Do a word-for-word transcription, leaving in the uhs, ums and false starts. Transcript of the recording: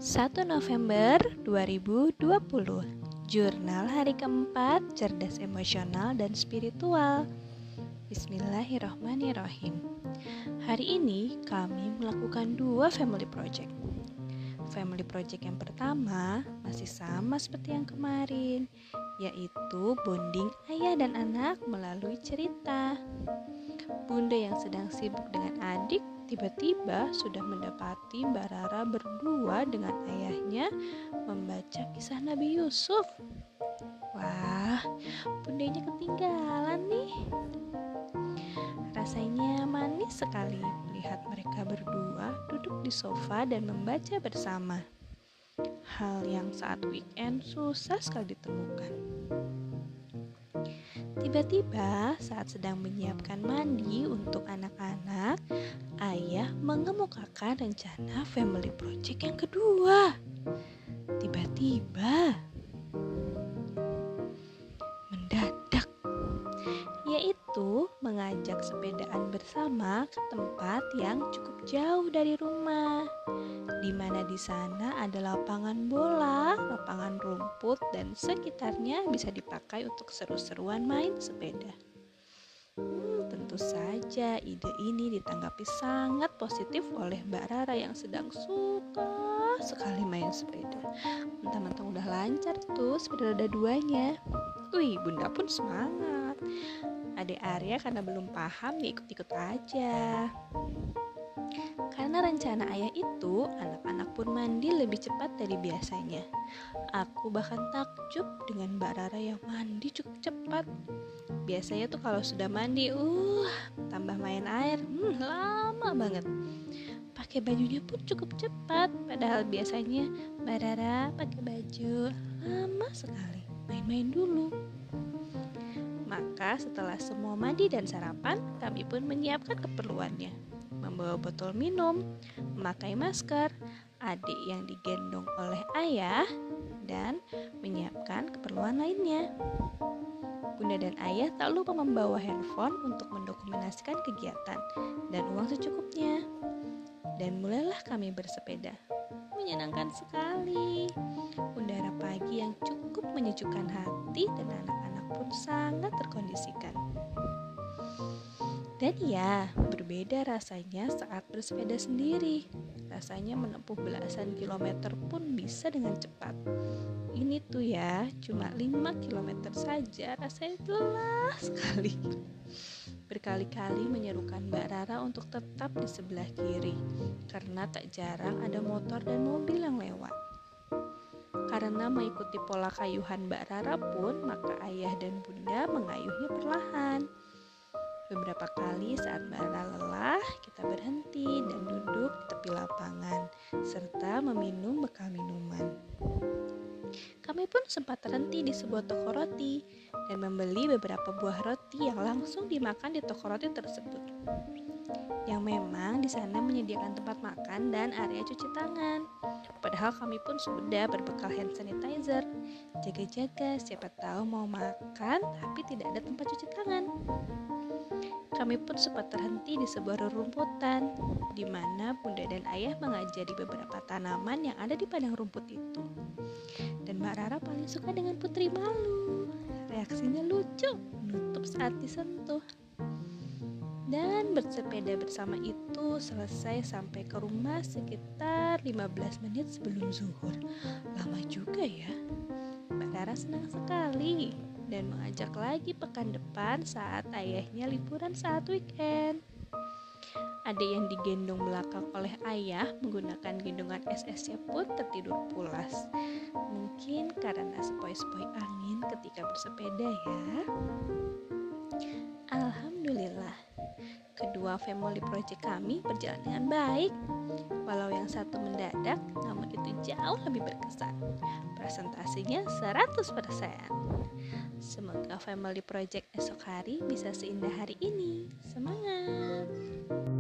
satu November dua ribu dua puluh, Jurnal hari keempat, cerdas emosional dan spiritual. Bismillahirrahmanirrahim. Hari ini kami melakukan dua family project. Family project yang pertama masih sama seperti yang kemarin, yaitu bonding ayah dan anak melalui cerita. Bunda yang sedang sibuk dengan adik tiba-tiba sudah mendapati Mbak Rara berdua dengan ayahnya membaca kisah Nabi Yusuf. Wah, bundanya ketinggalan nih. Rasanya manis sekali melihat mereka berdua duduk di sofa dan membaca bersama. Hal yang saat weekend susah sekali ditemukan. Tiba-tiba saat sedang menyiapkan mandi untuk anak-anak, ayah mengemukakan rencana family project yang kedua. Tiba-tiba mendadak, yaitu mengajak sepedaan bersama ke tempat yang cukup jauh dari rumah, di mana di sana ada lapangan bola, lapangan rumput, dan sekitarnya bisa dipakai untuk seru-seruan main sepeda. Hmm, tentu saja ide ini ditanggapi sangat positif oleh Mbak Rara yang sedang suka sekali main sepeda. Mentang-mentang udah lancar tuh sepeda roda duanya. Wih, bunda pun semangat. Adik Arya karena belum paham ya ikut-ikut aja. Karena rencana ayah itu, anak-anak pun mandi lebih cepat dari biasanya. Aku bahkan takjub dengan Mbak Rara yang mandi cukup cepat. Biasanya tuh kalau sudah mandi, uh, tambah main air, hmm, lama banget. Pakai bajunya pun cukup cepat, padahal biasanya Mbak Rara pakai baju lama sekali. Main-main dulu. Maka setelah semua mandi dan sarapan, kami pun menyiapkan keperluannya. Membawa botol minum, memakai masker, adik yang digendong oleh ayah, dan menyiapkan keperluan lainnya. Bunda dan ayah tak lupa membawa handphone untuk mendokumentasikan kegiatan dan uang secukupnya. Dan mulailah kami bersepeda. Menyenangkan sekali. Udara pagi yang cukup menyejukkan hati dan anak-anak pun sangat terkondisikan. Dan ya, berbeda rasanya saat bersepeda sendiri. Rasanya menempuh belasan kilometer pun bisa dengan cepat. Ini tuh ya, cuma lima kilometer saja rasanya lelah sekali. Berkali-kali menyerukan Mbak Rara untuk tetap di sebelah kiri, karena tak jarang ada motor dan mobil yang lewat. Karena mengikuti pola kayuhan Mbak Rara pun, maka ayah dan bunda mengayuhnya perlahan. Beberapa kali saat Mbak Rara lelah, kita berhenti dan duduk di tepi lapangan, serta meminum bekal minuman. Kami pun sempat terhenti di sebuah toko roti dan membeli beberapa buah roti yang langsung dimakan di toko roti tersebut. Yang memang di sana menyediakan tempat makan dan area cuci tangan. Padahal kami pun sudah berbekal hand sanitizer. Jaga-jaga siapa tahu mau makan tapi tidak ada tempat cuci tangan. Kami pun sempat terhenti di sebuah rerumputan, di mana bunda dan ayah mengajari beberapa tanaman yang ada di padang rumput itu. Dan Mbak Rara paling suka dengan putri malu. Reaksinya lucu, menutup saat disentuh. Dan bersepeda bersama itu selesai sampai ke rumah sekitar lima belas menit sebelum zuhur. Lama juga ya. Mbak Rara senang sekali dan mengajak lagi pekan depan saat ayahnya liburan saat weekend. Adik yang digendong belakang oleh ayah menggunakan gendongan es esnya pun tertidur pulas. Mungkin karena sepoi-sepoi angin ketika bersepeda ya. Alhamdulillah, kedua family project kami berjalan dengan baik. Walau yang satu mendadak, namun itu jauh lebih berkesan. Presentasinya seratus persen. Semoga family project esok hari bisa seindah hari ini. Semangat!